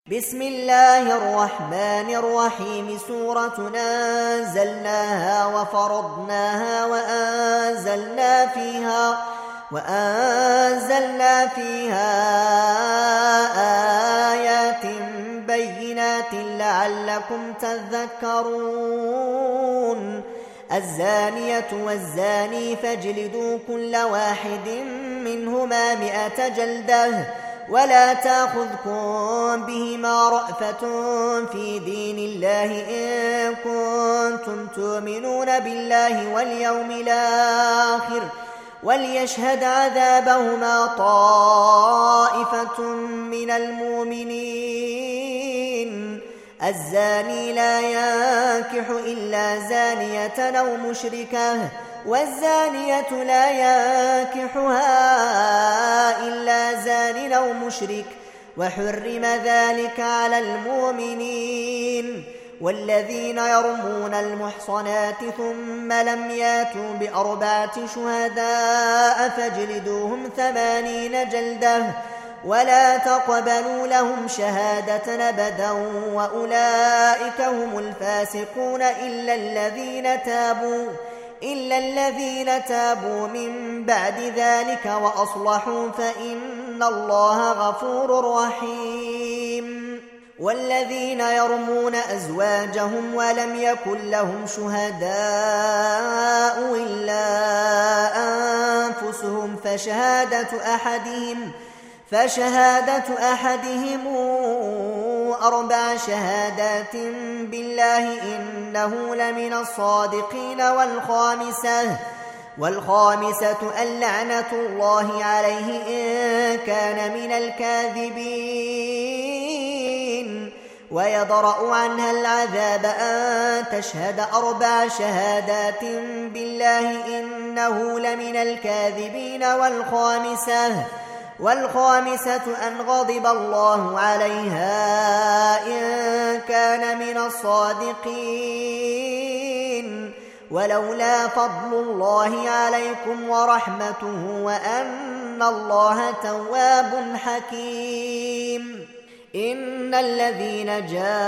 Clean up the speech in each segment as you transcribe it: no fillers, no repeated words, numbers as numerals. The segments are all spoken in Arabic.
بسم الله الرحمن الرحيم. سورة أنزلناها وفرضناها وأنزلنا فيها آيات بينات لعلكم تذكرون. الزانية والزاني فاجلدوا كل واحد منهما 100 جلدة ولا تأخذكم بهما رأفة في دين الله إن كنتم تؤمنون بالله واليوم الآخر وليشهد عذابهما طائفة من المؤمنين. الزاني لا ينكح إلا زانية أو مشركة والزانية لا ينكحها إلا زان أو مشرك وحرم ذلك على المؤمنين. والذين يرمون المحصنات ثم لم ياتوا ب4 شهداء فاجلدوهم 80 جلدة ولا تقبلوا لهم شهادة أبدا وأولئك هم الفاسقون إلا الذين تابوا من بعد ذلك وأصلحوا فإن الله غفور رحيم. والذين يرمون أزواجهم ولم يكن لهم شهداء إلا أنفسهم فشهادة أحدهم 4 شهادات بالله إنه لمن الصادقين. والخامسة اللعنة الله عليه إن كان من الكاذبين. ويضرأ عنها العذاب أن تشهد 4 شهادات بالله إنه لمن الكاذبين. والخامسة أن غضب الله عليها إن كان من الصادقين. ولولا فضل الله عليكم ورحمته وأن الله تواب حكيم. إن الذين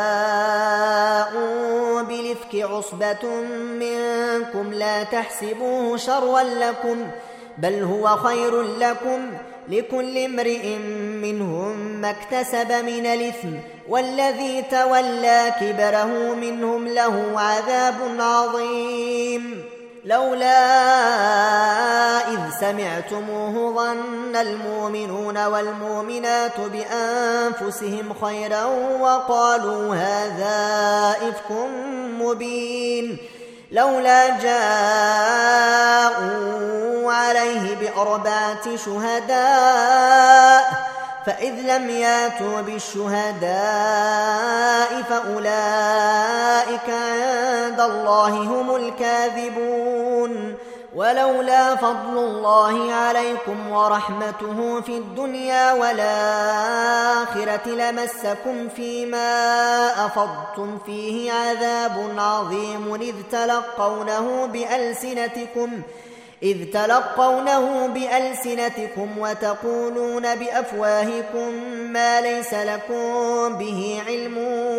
جاءوا بالإفك عصبة منكم لا تحسبوه شرا لكم بل هو خير لكم لكل امرئ منهم ما اكتسب من الإثم والذي تولى كبره منهم له عذاب عظيم. لولا إذ سمعتموه ظن المؤمنون والمؤمنات بأنفسهم خيرا وقالوا هذا إفك مبين. لولا جاءوا عليه ب4 شهداء فإذ لم ياتوا بالشهداء فأولئك عند الله هم الكاذبون. ولولا فضل الله عليكم ورحمته في الدنيا والآخرة لمسكم فيما أفضتم فيه عذاب عظيم إذ تلقونه بألسنتكم وتقولون بأفواهكم ما ليس لكم به علم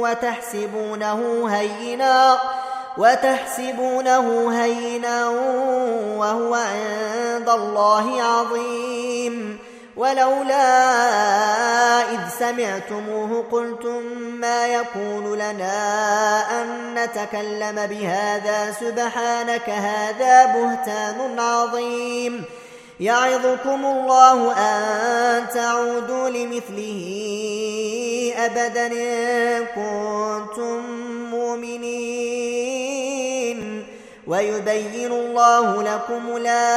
وتحسبونه هينا وهو عند الله عظيم. ولولا إذ سمعتموه قلتم ما يكون لنا أن نتكلم بهذا سبحانك هذا بهتان عظيم. يعظكم الله أن تعودوا لمثله أبدا إن كنتم مؤمنين. ويبين الله لكم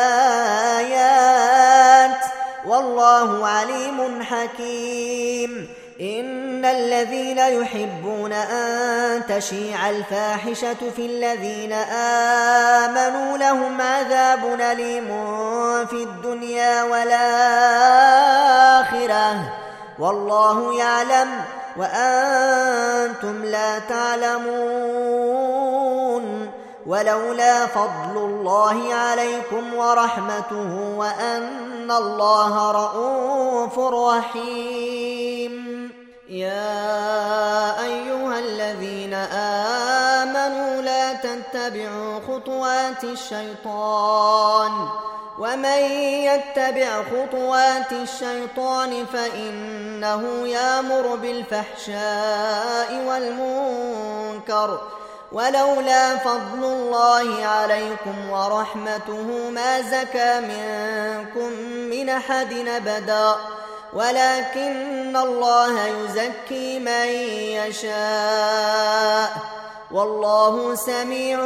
الآيات والله عليم حكيم. إن الذين يحبون أن تشيع الفاحشة في الذين آمنوا لهم عذاب أليم في الدنيا والآخرة والله يعلم وأنتم لا تعلمون. ولولا فضل الله عليكم ورحمته وأن الله رءوف رحيم. يا تتبعوا خطوات الشيطان ومن يتبع خطوات الشيطان فإنه يأمر بالفحشاء والمنكر ولولا فضل الله عليكم ورحمته ما زكى منكم من أحد أبدا ولكن الله يزكي من يشاء والله سميع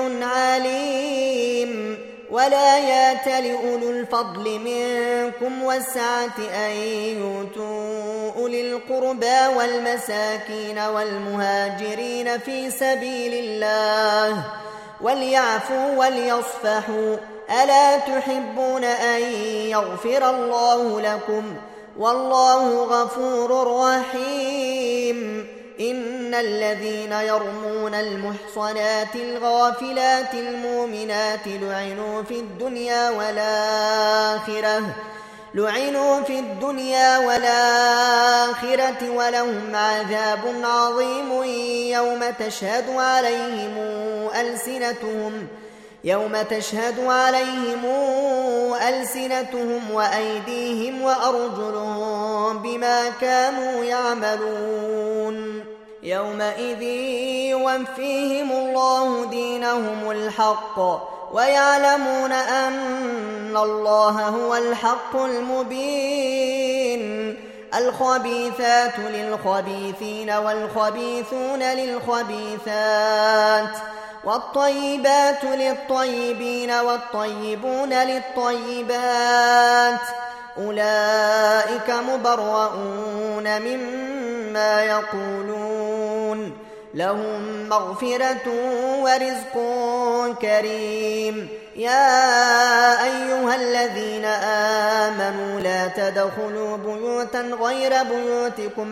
عليم ولا يأتل أولو الفضل منكم والسعة أن يؤتوا أولي القربى والمساكين والمهاجرين في سبيل الله وليعفوا وليصفحوا ألا تحبون أن يغفر الله لكم والله غفور رحيم إن الذين يرمون المحصنات الغافلات المؤمنات لعنوا في الدنيا والآخرة ولهم عذاب عظيم يوم تشهد عليهم ألسنتهم وأيديهم وأرجلهم بما كانوا يعملون يومئذ يوفيهم الله دينهم الحق ويعلمون أن الله هو الحق المبين الخبيثات للخبيثين والخبيثون للخبيثات والطيبات للطيبين والطيبون للطيبات أولئك مبرؤون مما يقولون لهم مغفرة ورزق كريم يا أيها الذين آمنوا لا تدخلوا بيوتا غير بيوتكم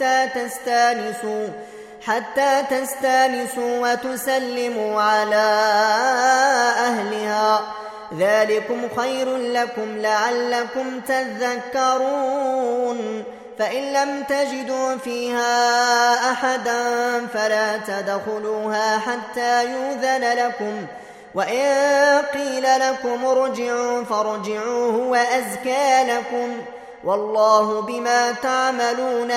حتى تستانسوا وتسلموا على أهلها ذلكم خير لكم لعلكم تذكرون فإن لم تجدوا فيها أحدا فلا تدخلوها حتى يؤذن لكم وإن قيل لكم ارجعوا فارجعوا هو أزكى لكم والله بما تعملون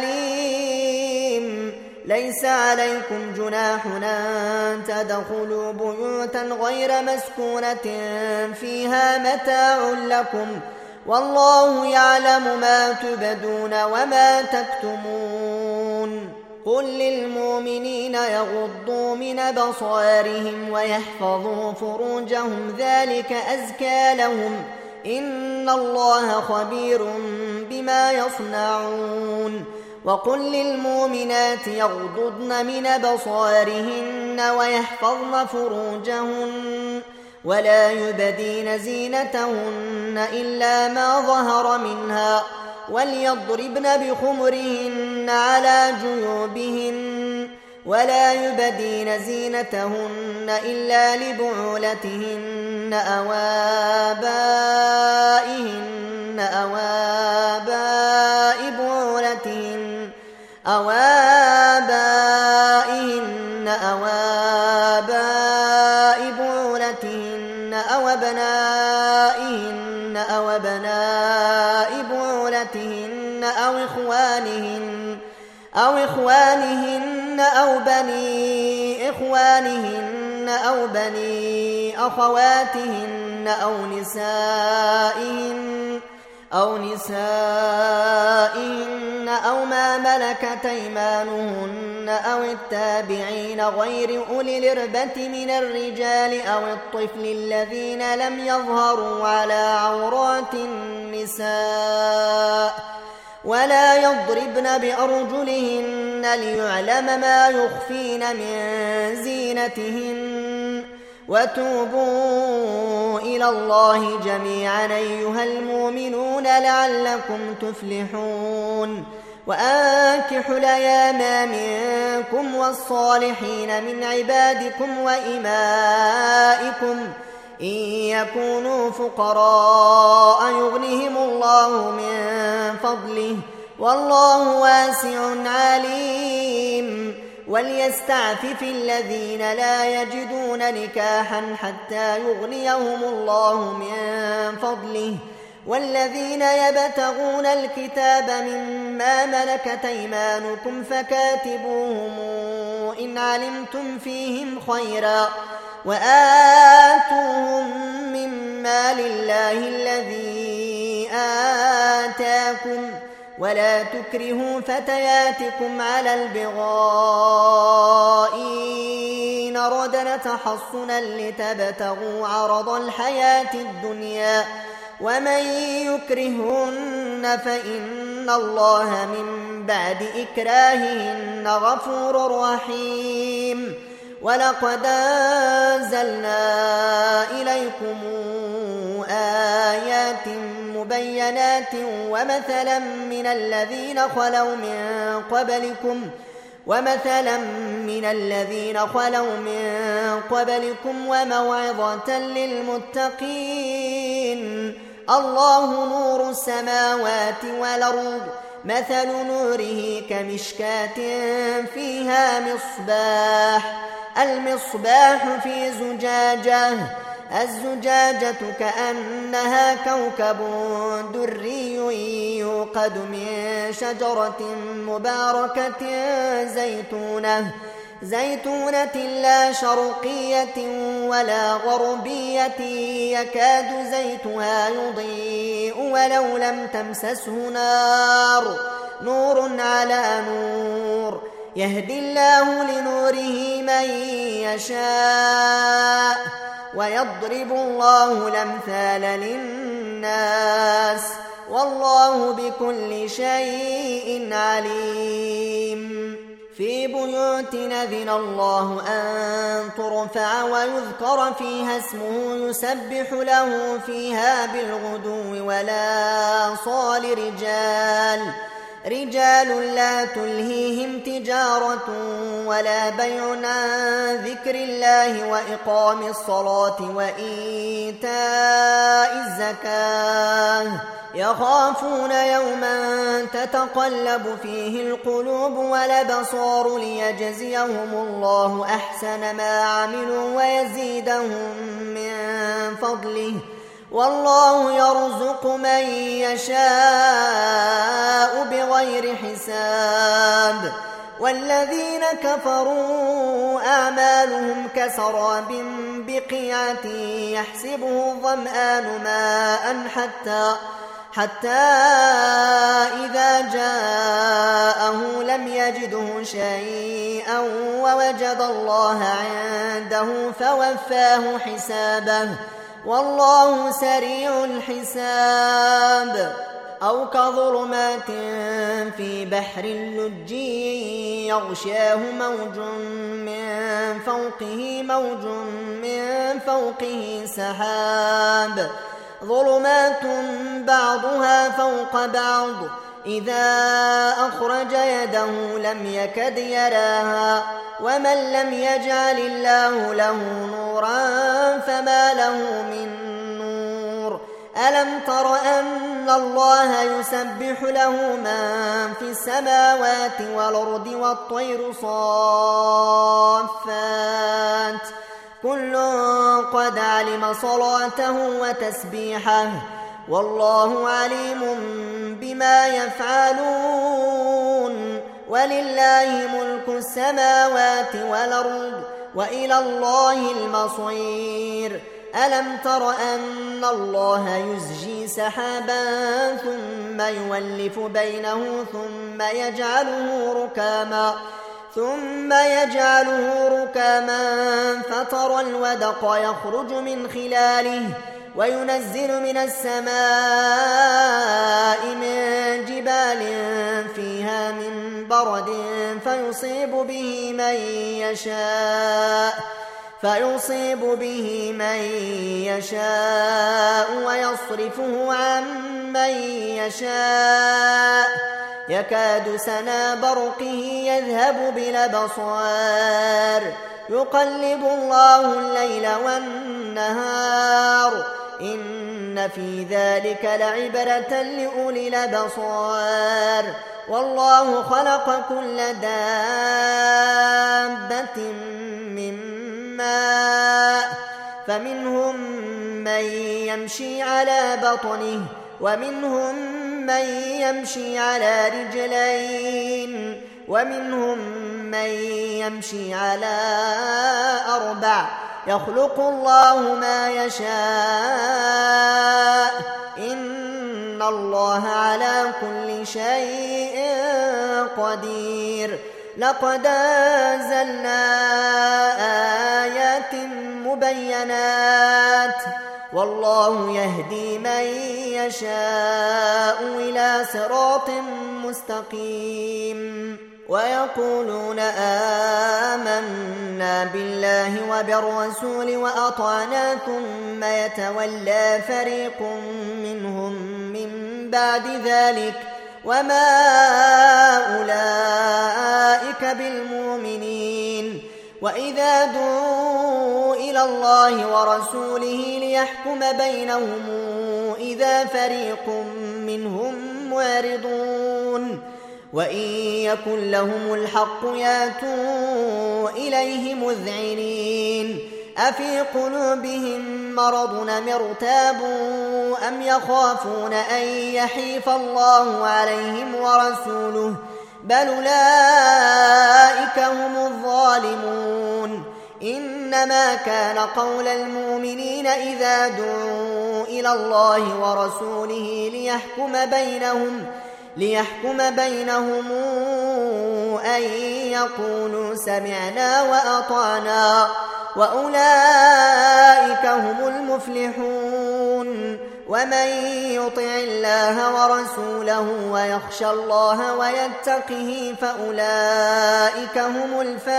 عليم ليس عليكم جناح أن تدخلوا بيوتا غير مسكونة فيها متاع لكم والله يعلم ما تبدون وما تكتمون قل للمؤمنين يغضوا من أبصارهم ويحفظوا فروجهم ذلك أزكى لهم إن الله خبير بما يصنعون وقل للمؤمنات يغضضن من أبصارهن ويحفظن فروجهن ولا يبدين زينتهن إلا ما ظهر منها وليضربن بخمرهن على جيوبهن ولا يبدين زينتهن إلا لبعولتهن أو آبائهن أو آباء بعولتهن أو آبائهن أو آباء بعولتهن أو أبنائهن أو أبناء بعولتهن أو إخوانهن أو بني إخوانهن أو بني أخواتهن أو نسائهن أو ما ملكت أيمانهن أو التابعين غير أولي الإربة من الرجال أو الطفل الذين لم يظهروا على عورات النساء ولا يضربن بأرجلهن ليعلم ما يخفين من زينتهن وتوبوا إلى الله جميعا أيها المؤمنون لعلكم تفلحون وأنكحوا الأيام منكم والصالحين من عبادكم وإمائكم إن يكونوا فقراء يغنهم الله من فضله والله واسع عليم وليستعفف الذين لا يجدون نكاحا حتى يغنيهم الله من فضله والذين يبتغون الكتاب مما ملكت أيمانكم فكاتبوهم إن علمتم فيهم خيرا وآتوهم مما لله الذي آتاكم ولا تكرهوا فتياتكم على البغاء إن أردنا تحصنا لتبتغوا عرض الحياة الدنيا ومن يكرهن فإن الله من بعد إكراههن غفور رحيم ولقد أنزلنا إليكم آيات مبينات ومثلا من الذين خلوا من قبلكم وموعظة للمتقين الله نور السماوات والأرض مثل نوره كمشكاة فيها المصباح في الزجاجة كأنها كوكب دري يوقد من شجرة مباركة زيتونة لا شرقية ولا غربية يكاد زيتها يضيء ولو لم تمسسه نور على نور يهدي الله لنوره من يشاء ويضرب الله الأمثال للناس والله بكل شيء عليم في بيوت أذن الله أن ترفع ويذكر فيها اسمه يسبح له فيها بالغدو والآصال رجال لا تلهيهم تجارة ولا بيع عن ذكر الله وإقام الصلاة وإيتاء الزكاة يخافون يوما تتقلب فيه القلوب والأبصار ليجزيهم الله أحسن ما عملوا ويزيدهم من فضله والله يرزق من يشاء بغير حساب والذين كفروا أعمالهم كسراب بقيعة يحسبه الظمآن ماء حتى إذا جاءه لم يجده شيئا ووجد الله عنده فوفاه حسابه والله سريع الحساب أو كظلمات في بحر اللج يغشاه موج من فوقه سحاب ظلمات بعضها فوق بعض إذا أخرج يده لم يكد يراها ومن لم يجعل الله له نورا فما له من نور ألم تر أن الله يسبح له من في السماوات والأرض والطير صافات كل قد علم صلاته وتسبيحه والله عليم بما يفعلون ولله ملك السماوات والأرض وإلى الله المصير ألم تر أن الله يزجي سحابا ثم يولف بينه ثم يجعله ركاما فترى الودق يخرج من خلاله وينزل من السماء من جبال فيها من برد فيصيب به من يشاء ويصرفه عن من يشاء يكاد سنا برقه يذهب بالأبصار يقلب الله الليل والنهار إن في ذلك لعبرة لأولي الأبصار والله خلق كل دابة من ماء فمنهم من يمشي على بطنه ومنهم من يمشي على رجلين ومنهم من يمشي على 4 يخلق الله ما يشاء إن الله على كل شيء قدير لقد أنزلنا آيات مبينات والله يهدي من يشاء إلى صراط مستقيم ويقولون آمنا بالله وبالرسول وأطعنا ثم يتولى فريق منهم من بعد ذلك وما أولئك بالمؤمنين وإذا دعوا إلى الله ورسوله ليحكم بينهم إذا فريق منهم معرضون وإن يكن لهم الحق ياتوا إليه مذعنين أفي قلوبهم مرض أم ارتابوا أم يخافون أن يحيف الله عليهم ورسوله بل أولئك هم الظالمون إنما كان قول المؤمنين إذا دعوا إلى الله ورسوله ليحكم بينهم أن يقولوا سمعنا وأطعنا وأولئك هم المفلحون ومن يطع الله ورسوله ويخشى الله ويتقه فأولئك هم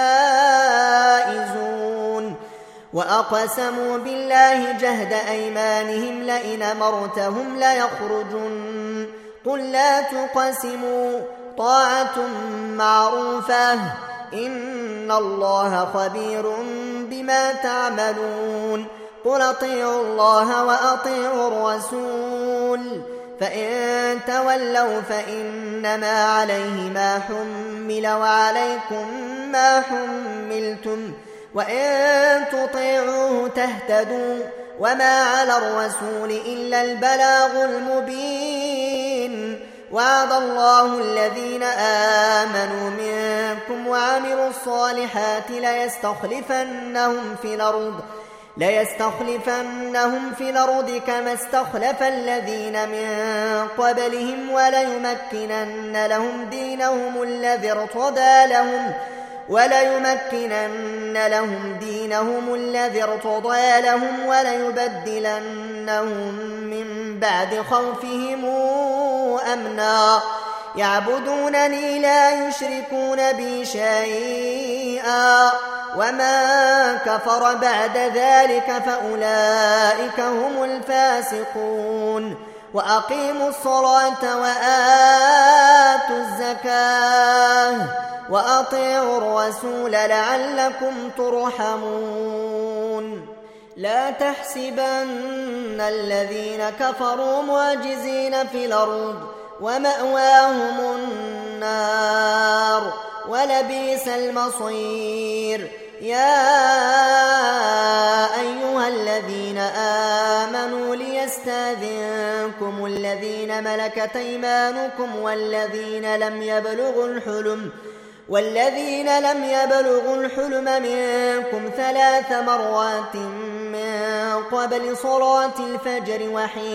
الفائزون وأقسموا بالله جهد أيمانهم لئن أمرتهم ليخرجن قل لا تقسموا طاعة معروفة إن الله خبير بما تعملون قل اطيعوا الله وأطيعوا الرسول فإن تولوا فإنما عليه ما حمل وعليكم ما حملتم وإن تطيعوه تهتدوا وما على الرسول إلا البلاغ المبين وعد الله الذين آمنوا منكم وعملوا الصالحات ليستخلفنهم في الأرض كما استخلف الذين من قبلهم وليمكنن لهم دينهم الذي ارتضى لهم وليبدلنهم من بعد خوفهم أمنا يعبدونني لا يشركون بي شيئا وما كفر بعد ذلك فأولئك هم الفاسقون وأقيموا الصلاة وآتوا الزكاة وأطيعوا الرسول لعلكم ترحمون لا تحسبن الذين كفروا معجزين في الأرض ومأواهم النار ولبئس المصير يا أيها الذين آمنوا ليستأذنكم الذين ملكت أيمانكم والذين لم يبلغوا الحلم منكم 3 مرات من قبل صلاة الفجر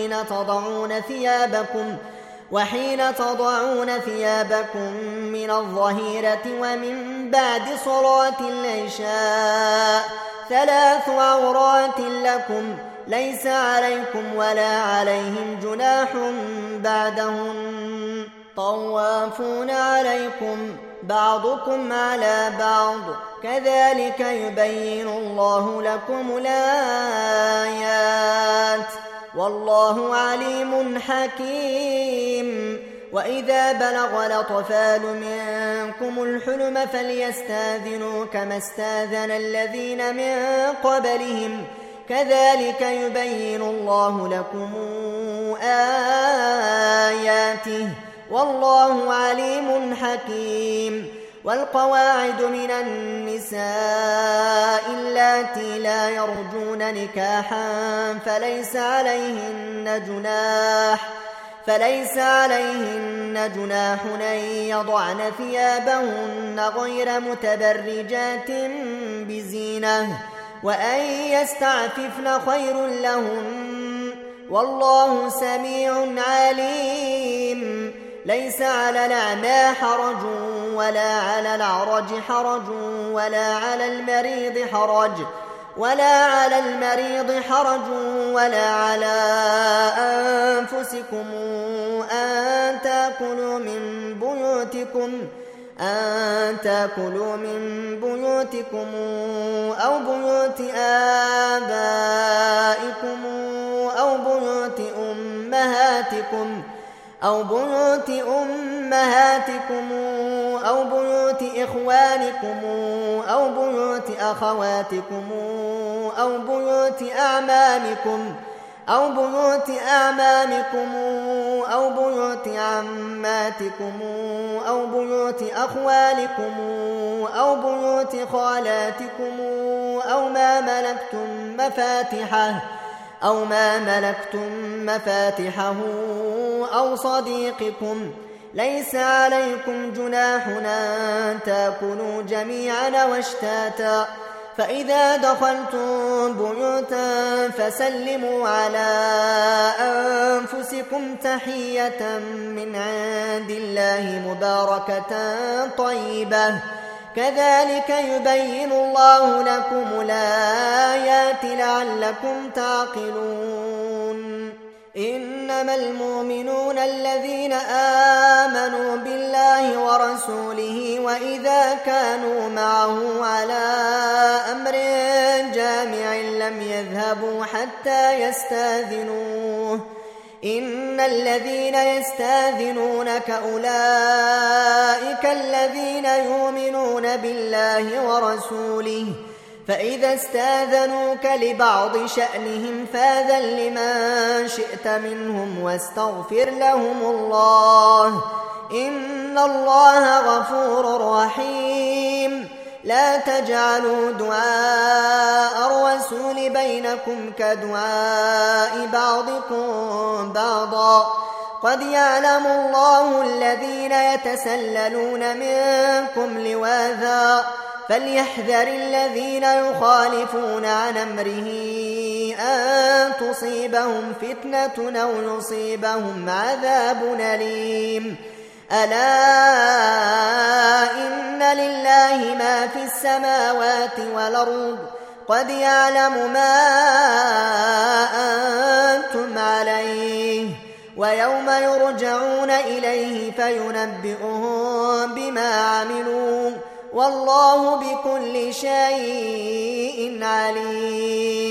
وحين تضعون ثيابكم من الظهيرة ومن بعد صلاة العشاء 3 عورات لكم ليس عليكم ولا عليهم جناح بعدهن طوافون عليكم بعضكم على بعض كذلك يبين الله لكم الآيات والله عليم حكيم وإذا بلغ الأطفال منكم الحلم فليستاذنوا كما استاذن الذين من قبلهم كذلك يبين الله لكم آياته والله عليم حكيم. والقواعد من النساء اللاتي لا يرجون نكاحا فليس عليهن جناح أن يضعن ثيابهن غير متبرجات بزينة وأن يستعففن خير لهن والله سميع عليم. ليس على الأعمى حرج ولا على الأعرج حرج ولا على المريض حرج ولا على أنفسكم أن تأكلوا من بيوتكم أو بيوت آبائكم أو بيوت أمهاتكم أو بيوت إخوانكم أو بيوت أخواتكم أو بيوت أعمامكم أو بيوت عماتكم أو بيوت أخوالكم أو بيوت خالاتكم أو ما ملكتم مفاتحه أو صديقكم. ليس عليكم جناح أن تأكلوا جميعا واشتاتا فإذا دخلتم بيوتا فسلموا على أنفسكم تحية من عند الله مباركة طيبة كذلك يبين الله لكم الآيات لعلكم تعقلون. إنما المؤمنون الذين آمنوا بالله ورسوله وإذا كانوا معه على أمر جامع لم يذهبوا حتى يستاذنوه. إن الذين يستاذنونك أولئك الذين يؤمنون بالله ورسوله فإذا استاذنوك لبعض شأنهم فاذن لمن شئت منهم واستغفر لهم الله إن الله غفور رحيم. لا تجعلوا دعاء الرسول بينكم كدعاء بعضكم بعضا قد يعلم الله الذين يتسللون منكم لواذا فليحذر الذين يخالفون عن أمره أن تصيبهم فتنة أو يصيبهم عذاب أليم. ألا إن لله ما في السماوات والأرض قد يعلم ما أنتم عليه ويوم يرجعون إليه فينبئهم بما عملوا والله بكل شيء عليم.